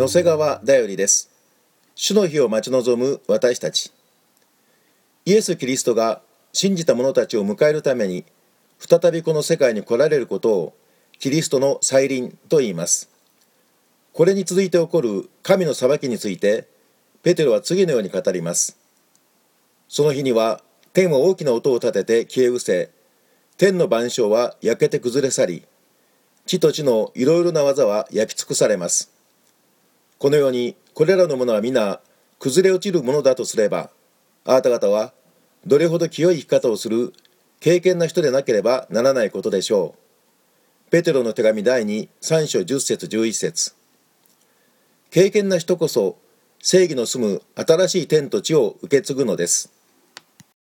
野瀬川だよりです。主の日を待ち望む私たち。イエス・キリストが信じた者たちを迎えるために再びこの世界に来られることをキリストの再臨と言います。これに続いて起こる神の裁きについてペテロは次のように語ります。その日には天は大きな音を立てて消え失せ、天の万象は焼けて崩れ去り、地と地のいろいろな技は焼き尽くされます。このようにこれらのものは皆崩れ落ちるものだとすれば、あなた方はどれほど清い生き方をする敬虔な人でなければならないことでしょう。ペテロの手紙第2、3章10節11節。敬虔な人こそ正義の住む新しい天と地を受け継ぐのです。